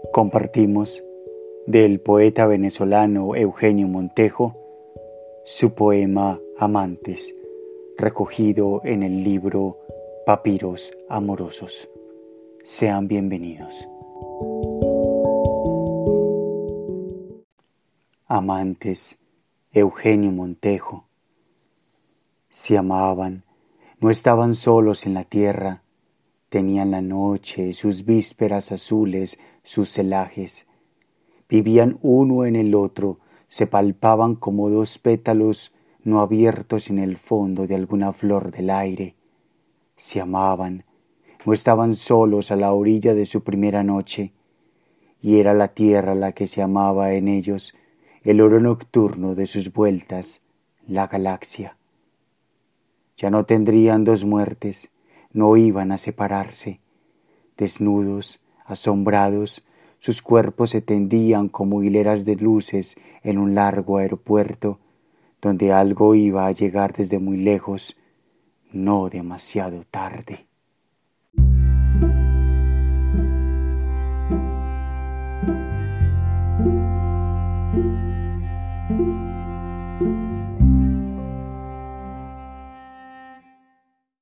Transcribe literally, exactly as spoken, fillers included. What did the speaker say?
Compartimos del poeta venezolano Eugenio Montejo su poema Amantes, recogido en el libro Papiros Amorosos. Sean bienvenidos. Amantes, Eugenio Montejo. Se amaban, no estaban solos en la tierra, tenían la noche, sus vísperas azules, sus celajes. Vivían uno en el otro, se palpaban como dos pétalos no abiertos en el fondo de alguna flor del aire. Se amaban, no estaban solos a la orilla de su primera noche, y era la tierra la que se amaba en ellos, el oro nocturno de sus vueltas, la galaxia. Ya no tendrían dos muertes, no iban a separarse. Desnudos, asombrados, sus cuerpos se tendían como hileras de luces en un largo aeropuerto, donde algo iba a llegar desde muy lejos, no demasiado tarde.